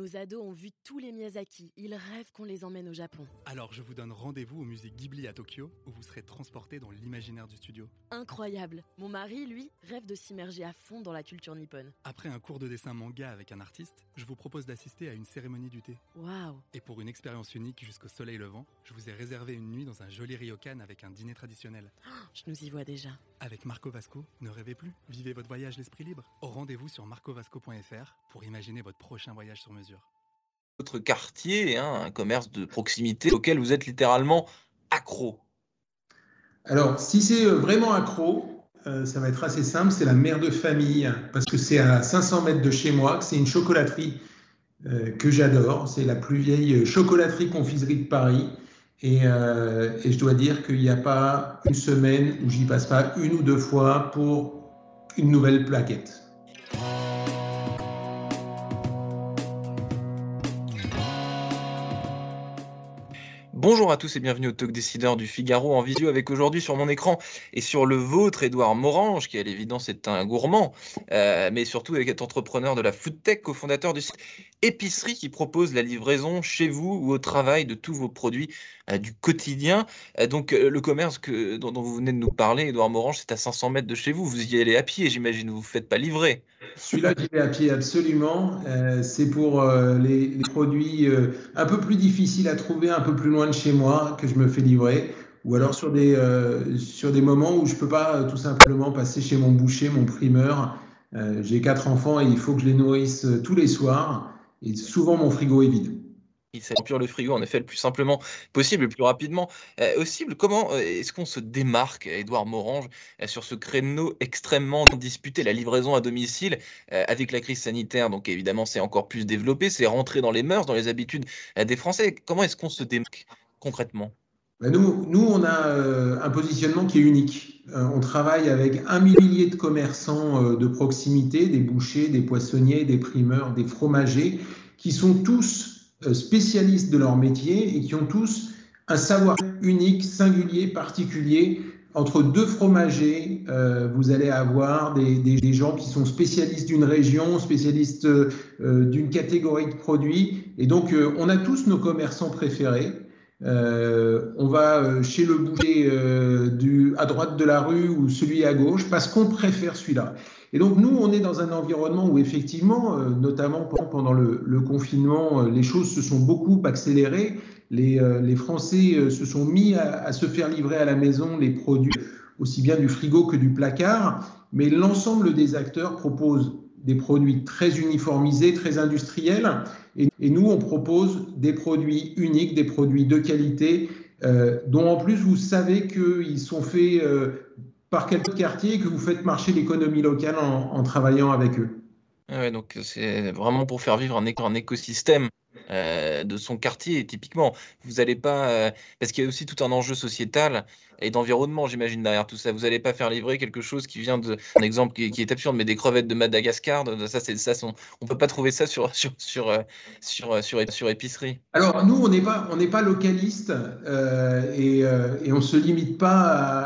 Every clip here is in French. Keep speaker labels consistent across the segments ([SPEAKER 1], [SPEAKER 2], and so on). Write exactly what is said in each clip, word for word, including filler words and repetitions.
[SPEAKER 1] Nos ados ont vu tous les Miyazaki. Ils rêvent qu'on les emmène au Japon.
[SPEAKER 2] Alors je vous donne rendez-vous au musée Ghibli à Tokyo, où vous serez transportés dans l'imaginaire du studio.
[SPEAKER 1] Incroyable. Mon mari, lui, rêve de s'immerger à fond dans la culture nippone.
[SPEAKER 2] Après un cours de dessin manga avec un artiste, je vous propose d'assister à une cérémonie du thé.
[SPEAKER 1] Waouh.
[SPEAKER 2] Et pour une expérience unique jusqu'au soleil levant, je vous ai réservé une nuit dans un joli ryokan avec un dîner traditionnel.
[SPEAKER 1] Oh, je nous y vois déjà.
[SPEAKER 2] Avec Marco Vasco, ne rêvez plus, vivez votre voyage l'esprit libre. Au rendez-vous sur marco vasco point f r pour imaginer votre prochain voyage sur mesure.
[SPEAKER 3] Votre quartier, hein, un commerce de proximité auquel vous êtes littéralement accro.
[SPEAKER 4] Alors, si c'est vraiment accro, euh, ça va être assez simple, c'est la mère de famille, parce que c'est à cinq cents mètres de chez moi, que c'est une chocolaterie euh, que j'adore. C'est la plus vieille chocolaterie-confiserie de Paris. Et, euh, et je dois dire qu'il n'y a pas une semaine où j'y passe pas une ou deux fois pour une nouvelle plaquette.
[SPEAKER 3] Bonjour à tous et bienvenue au Talk Décideur du Figaro en visio avec aujourd'hui sur mon écran et sur le vôtre, Édouard Morange, qui à l'évidence est un gourmand, euh, mais surtout avec cet entrepreneur de la food tech, cofondateur du site Épicerie qui propose la livraison chez vous ou au travail de tous vos produits euh, du quotidien. Euh, donc euh, le commerce que, dont, dont vous venez de nous parler, Édouard Morange, c'est à cinq cents mètres de chez vous. Vous y allez à pied, j'imagine, vous ne vous faites pas livrer.
[SPEAKER 4] Celui-là, j'y vais à pied absolument. Euh, c'est pour euh, les, les produits euh, un peu plus difficiles à trouver, un peu plus loin de chez moi, que je me fais livrer. Ou alors sur des, euh, sur des moments où je ne peux pas euh, tout simplement passer chez mon boucher, mon primeur. Euh, j'ai quatre enfants et il faut que je les nourrisse euh, tous les soirs. Et souvent, mon frigo est vide.
[SPEAKER 3] Il s'agit de remplir le frigo, en effet, le plus simplement possible, le plus rapidement euh, possible. Comment euh, est-ce qu'on se démarque, Édouard Morange, euh, sur ce créneau extrêmement disputé, la livraison à domicile, euh, avec la crise sanitaire? Donc évidemment, c'est encore plus développé, c'est rentré dans les mœurs, dans les habitudes euh, des Français. Comment est-ce qu'on se démarque concrètement?
[SPEAKER 4] Ben nous, nous, on a euh, un positionnement qui est unique. Euh, on travaille avec un millier de commerçants euh, de proximité, des bouchers, des poissonniers, des primeurs, des fromagers, qui sont tous euh, spécialistes de leur métier et qui ont tous un savoir unique, singulier, particulier. Entre deux fromagers, euh, vous allez avoir des, des, des gens qui sont spécialistes d'une région, spécialistes euh, d'une catégorie de produits. Et donc, euh, on a tous nos commerçants préférés. Euh, on va chez le boucher euh, du, à droite de la rue ou celui à gauche parce qu'on préfère celui-là. Et donc nous, on est dans un environnement où effectivement, euh, notamment pendant le, le confinement, euh, les choses se sont beaucoup accélérées. Les, euh, les Français euh, se sont mis à, à se faire livrer à la maison les produits aussi bien du frigo que du placard. Mais l'ensemble des acteurs proposent des produits très uniformisés, très industriels. Et, et nous, on propose des produits uniques, des produits de qualité, euh, dont en plus, vous savez qu'ils sont faits euh, par quelques quartiers et que vous faites marcher l'économie locale en, en travaillant avec eux.
[SPEAKER 3] Ouais, donc c'est vraiment pour faire vivre un, éco- un écosystème euh, de son quartier. Typiquement, vous n'allez pas, euh, parce qu'il y a aussi tout un enjeu sociétal et d'environnement, j'imagine, derrière tout ça. Vous n'allez pas faire livrer quelque chose qui vient de, un exemple qui, qui est absurde, mais des crevettes de Madagascar. De, ça, c'est ça, son- on peut pas trouver ça sur sur sur euh, sur sur, sur, sur épicerie.
[SPEAKER 4] Alors nous, on n'est pas on n'est pas localiste euh, et, euh, et on se limite pas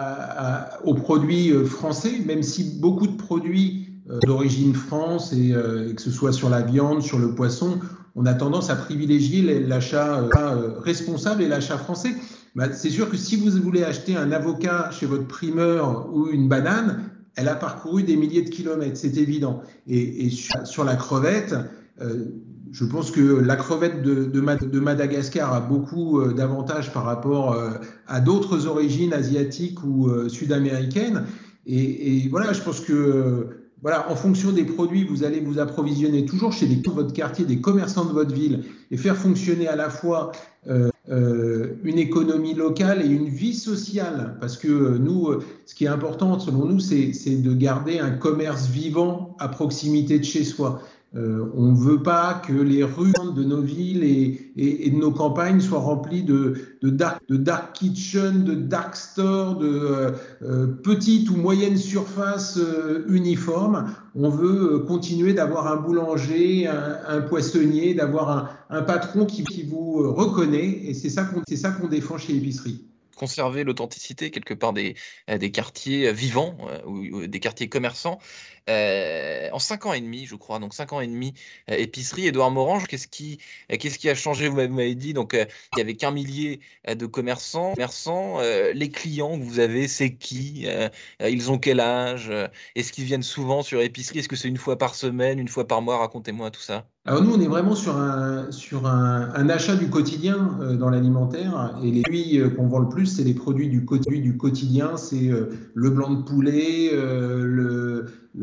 [SPEAKER 4] à, à, aux produits français, même si beaucoup de produits d'origine France et, euh, et que ce soit sur la viande, sur le poisson, on a tendance à privilégier l'achat euh, responsable et l'achat français. Bah, c'est sûr que si vous voulez acheter un avocat chez votre primeur ou une banane, elle a parcouru des milliers de kilomètres, c'est évident. Et, et sur, sur la crevette, euh, je pense que la crevette de, de, de Madagascar a beaucoup euh, d'avantages par rapport euh, à d'autres origines asiatiques ou euh, sud-américaines. Et, et voilà, je pense que euh, voilà, en fonction des produits, vous allez vous approvisionner toujours chez les de votre quartier, des commerçants de votre ville, et faire fonctionner à la fois euh, euh, une économie locale et une vie sociale. Parce que euh, nous, euh, ce qui est important selon nous, c'est de garder un commerce vivant à proximité de chez soi. Euh, on ne veut pas que les rues de nos villes et, et, et de nos campagnes soient remplies de, de, dark, de dark kitchen, de dark store, de euh, euh, petites ou moyennes surfaces euh, uniformes. On veut euh, continuer d'avoir un boulanger, un, un poissonnier, d'avoir un, un patron qui, qui vous euh, reconnaît. Et c'est ça qu'on c'est ça qu'on défend chez Épicerie.
[SPEAKER 3] Conserver l'authenticité quelque part des, des quartiers vivants euh, ou, ou des quartiers commerçants. euh, en cinq ans et demi, je crois. Donc cinq ans et demi, euh, épicerie. Édouard Morange, qu'est-ce qui, euh, qu'est-ce qui a changé? Vous m'avez dit, donc euh, il y avait qu'un millier euh, de commerçants. commerçants euh, les clients que vous avez, c'est qui? Euh, euh, Ils ont quel âge? Euh, Est-ce qu'ils viennent souvent sur épicerie? Est-ce que c'est une fois par semaine, une fois par mois? Racontez-moi tout ça.
[SPEAKER 4] Alors nous, on est vraiment sur un, sur un, un achat du quotidien euh, dans l'alimentaire. Et les produits euh, qu'on vend le plus, c'est les produits du, co- du quotidien. C'est euh, le blanc de poulet, euh, le,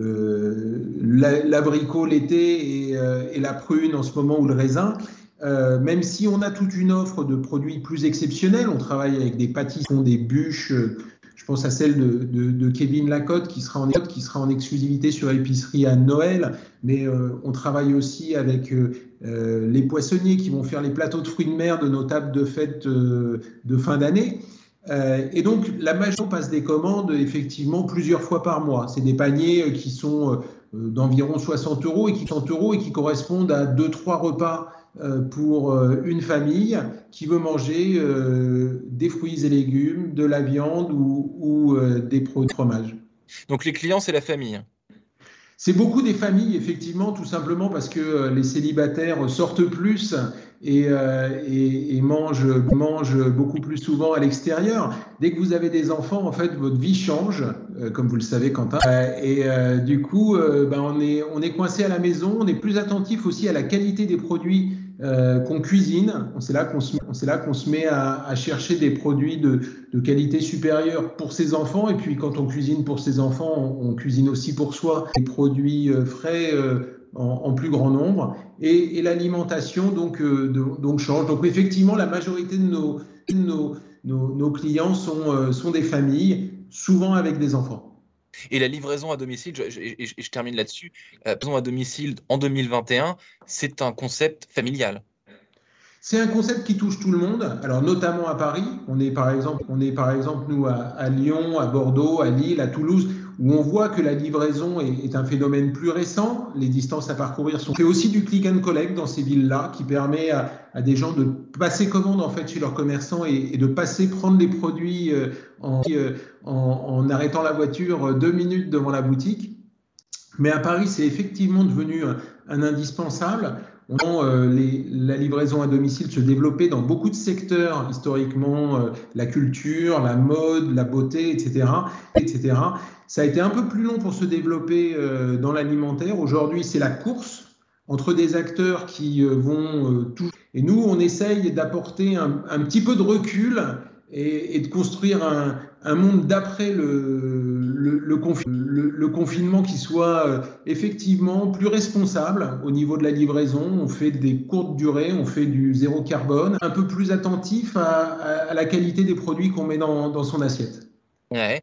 [SPEAKER 4] le- la- l'abricot l'été et, euh, et la prune en ce moment ou le raisin. Euh, même si on a toute une offre de produits plus exceptionnels, on travaille avec des pâtissons, des bûches. euh, Je pense à celle de, de- de Kevin Lacotte qui sera en, qui sera en exclusivité sur épicerie à Noël. Mais euh, on travaille aussi avec euh, euh, les poissonniers qui vont faire les plateaux de fruits de mer de nos tables de fête euh, de fin d'année. Euh, et donc, la majorité passe des commandes effectivement plusieurs fois par mois. C'est des paniers qui sont euh, d'environ soixante euros et qui soixante euros et qui correspondent à deux trois repas euh, pour euh, une famille qui veut manger euh, des fruits et légumes, de la viande ou, ou euh, des produits de fromage.
[SPEAKER 3] Donc les clients, c'est la famille.
[SPEAKER 4] C'est beaucoup des familles, effectivement, tout simplement parce que euh, les célibataires sortent plus et, euh, et, et mangent, mangent beaucoup plus souvent à l'extérieur. Dès que vous avez des enfants, en fait, votre vie change, euh, comme vous le savez, Quentin. Euh, et euh, du coup, euh, ben, on est, on est coincé à la maison, on est plus attentif aussi à la qualité des produits euh, qu'on cuisine. C'est là qu'on se, c'est là qu'on se met à, à chercher des produits de, de qualité supérieure pour ses enfants. Et puis, quand on cuisine pour ses enfants, on, on cuisine aussi pour soi des produits euh, frais euh, en, en plus grand nombre. Et, et l'alimentation donc, euh, de, donc change. Donc, effectivement, la majorité de nos, de nos, nos, nos clients sont, euh, sont des familles, souvent avec des enfants.
[SPEAKER 3] Et la livraison à domicile, je, je- et je- je termine là-dessus, euh, livraison à domicile en deux mille vingt et un, c'est un concept familial.
[SPEAKER 4] C'est un concept qui touche tout le monde, alors notamment à Paris. On est par exemple, on est par exemple nous à, à Lyon, à Bordeaux, à Lille, à Toulouse, où on voit que la livraison est, est un phénomène plus récent. Les distances à parcourir sont. On fait aussi du click and collect dans ces villes-là, qui permet à, à des gens de passer commande en fait chez leurs commerçants et, et de passer prendre les produits euh, en, euh, en, en arrêtant la voiture deux minutes devant la boutique. Mais à Paris, c'est effectivement devenu un, un indispensable. On sent euh, les, la livraison à domicile se développer dans beaucoup de secteurs, historiquement, euh, la culture, la mode, la beauté, et cetera, et cetera. Ça a été un peu plus long pour se développer euh, dans l'alimentaire. Aujourd'hui, c'est la course entre des acteurs qui euh, vont euh, tout. Et nous, on essaye d'apporter un, un petit peu de recul et, et de construire un, un monde d'après le, le, le, confi le, le confinement qui soit euh, effectivement plus responsable au niveau de la livraison. On fait des courtes durées, on fait du zéro carbone, un peu plus attentif à, à, à la qualité des produits qu'on met dans, dans son assiette.
[SPEAKER 3] Ouais.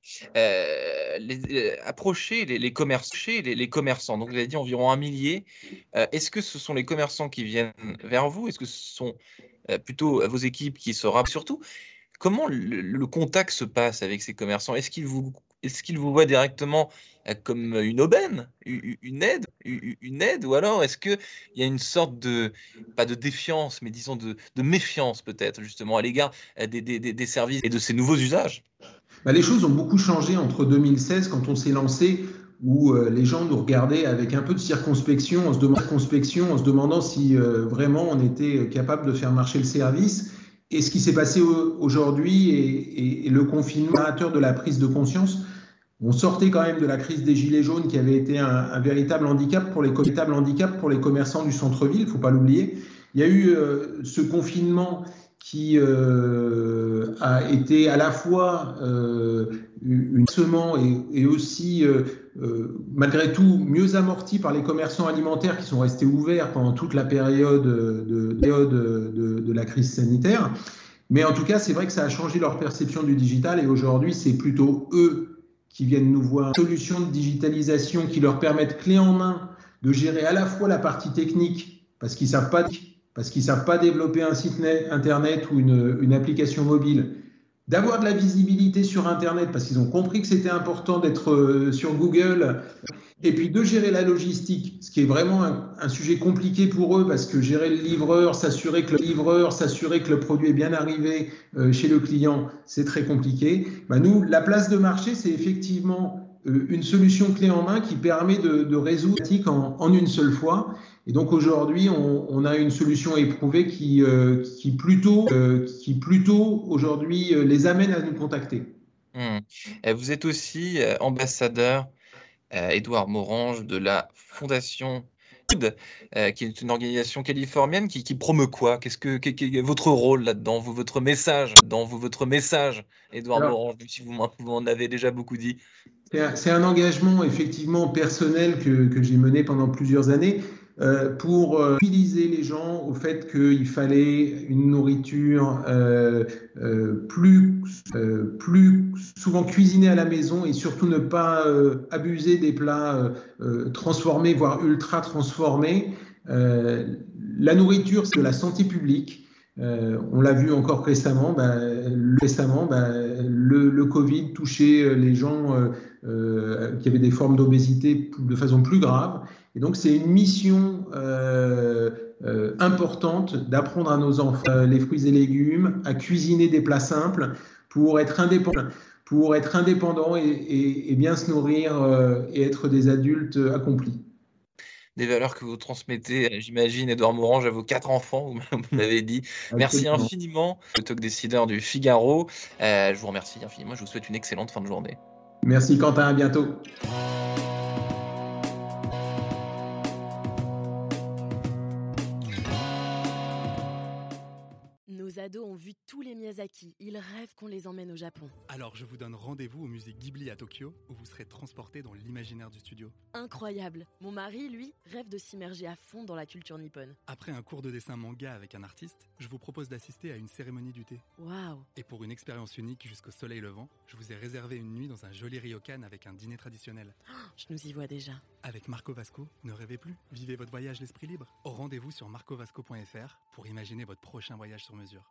[SPEAKER 3] Euh, les, les- approcher les, les, commerçants, les, les commerçants, donc vous avez dit environ un millier. Euh, est-ce que ce sont les commerçants qui viennent vers vous? Est-ce que ce sont euh, plutôt vos équipes qui se rappellent? Surtout, comment le, le contact se passe avec ces commerçants? Est-ce qu'ils vous, est-ce qu'ils vous voient directement euh, comme une aubaine, u- une aide, u- une aide, ou alors est-ce qu'il y a une sorte de, pas de défiance, mais disons de, de méfiance peut-être justement à l'égard euh, des, des, des des services et de ces nouveaux usages?
[SPEAKER 4] Bah, les choses ont beaucoup changé entre deux mille seize, quand on s'est lancé, où euh, les gens nous regardaient avec un peu de circonspection, en se demandant, circonspection, en se demandant si euh, vraiment on était capable de faire marcher le service. Et ce qui s'est passé aujourd'hui et, et, et le confinement de la prise de conscience, on sortait quand même de la crise des Gilets jaunes qui avait été un, un véritable handicap pour les, véritable handicap pour les commerçants du centre-ville, il ne faut pas l'oublier. Il y a eu euh, ce confinement qui euh, a été à la fois euh, une semaine et, et aussi, euh, euh, malgré tout, mieux amorti par les commerçants alimentaires qui sont restés ouverts pendant toute la période de, de, de, de la crise sanitaire. Mais en tout cas, c'est vrai que ça a changé leur perception du digital et aujourd'hui, c'est plutôt eux qui viennent nous voir. Une solution de digitalisation qui leur permettent clé en main de gérer à la fois la partie technique, parce qu'ils ne savent pas parce qu'ils ne savent pas développer un site internet ou une, une application mobile, d'avoir de la visibilité sur internet parce qu'ils ont compris que c'était important d'être sur Google, et puis de gérer la logistique, ce qui est vraiment un, un sujet compliqué pour eux parce que gérer le livreur, s'assurer que le livreur, s'assurer que le produit est bien arrivé euh, chez le client, c'est très compliqué. Bah nous, la place de marché, c'est effectivement une solution clé en main qui permet de, de résoudre la pratique en, en une seule fois. Et donc aujourd'hui, on, on a une solution éprouvée qui, euh, qui plutôt, euh, qui plutôt aujourd'hui les amène à nous contacter.
[SPEAKER 3] Mmh. Vous êtes aussi euh, ambassadeur, euh, Édouard Morange, de la Fondation Food, euh, qui est une organisation californienne qui, qui promeut quoi? Qu'est-ce que, que, que- votre rôle là-dedans, vous, votre message, dans vous, votre message, Édouard
[SPEAKER 4] Alors,
[SPEAKER 3] Morange, même si vous m'en vous en avez déjà beaucoup dit.
[SPEAKER 4] c'est un, c'est un engagement effectivement personnel que, que j'ai mené pendant plusieurs années euh, pour euh, mobiliser les gens au fait qu'il fallait une nourriture euh, euh, plus, euh, plus souvent cuisinée à la maison et surtout ne pas euh, abuser des plats euh, euh, transformés, voire ultra transformés. Euh, la nourriture, c'est de la santé publique. Euh, on l'a vu encore récemment, bah, le, récemment bah, le, le Covid touchait les gens euh, euh, qui avaient des formes d'obésité de façon plus grave. Et donc, c'est une mission euh, euh, importante d'apprendre à nos enfants euh, les fruits et légumes, à cuisiner des plats simples pour être indépendants, pour être indépendants et, et, et bien se nourrir euh, et être des adultes accomplis.
[SPEAKER 3] Des valeurs que vous transmettez, euh, j'imagine, Édouard Morange, à vos quatre enfants, vous m'avez dit. Merci
[SPEAKER 4] Absolument.
[SPEAKER 3] infiniment, le talk décideur du Figaro. Euh, je vous remercie infiniment, je vous souhaite une excellente fin de journée.
[SPEAKER 4] Merci Quentin, à bientôt.
[SPEAKER 1] Nos ados ont vu tous les Miyazaki. Ils rêvent qu'on les emmène au Japon.
[SPEAKER 2] Alors je vous donne rendez-vous au musée Ghibli à Tokyo, où vous serez transporté dans l'imaginaire du studio.
[SPEAKER 1] Incroyable. Mon mari, lui, rêve de s'immerger à fond dans la culture nippone.
[SPEAKER 2] Après un cours de dessin manga avec un artiste, je vous propose d'assister à une cérémonie du thé.
[SPEAKER 1] Waouh.
[SPEAKER 2] Et pour une expérience unique jusqu'au soleil levant, je vous ai réservé une nuit dans un joli ryokan avec un dîner traditionnel.
[SPEAKER 1] Je nous y vois déjà.
[SPEAKER 2] Avec Marco Vasco, ne rêvez plus, vivez votre voyage l'esprit libre. Au rendez-vous sur marco vasco point f r pour imaginer votre prochain voyage sur mesure.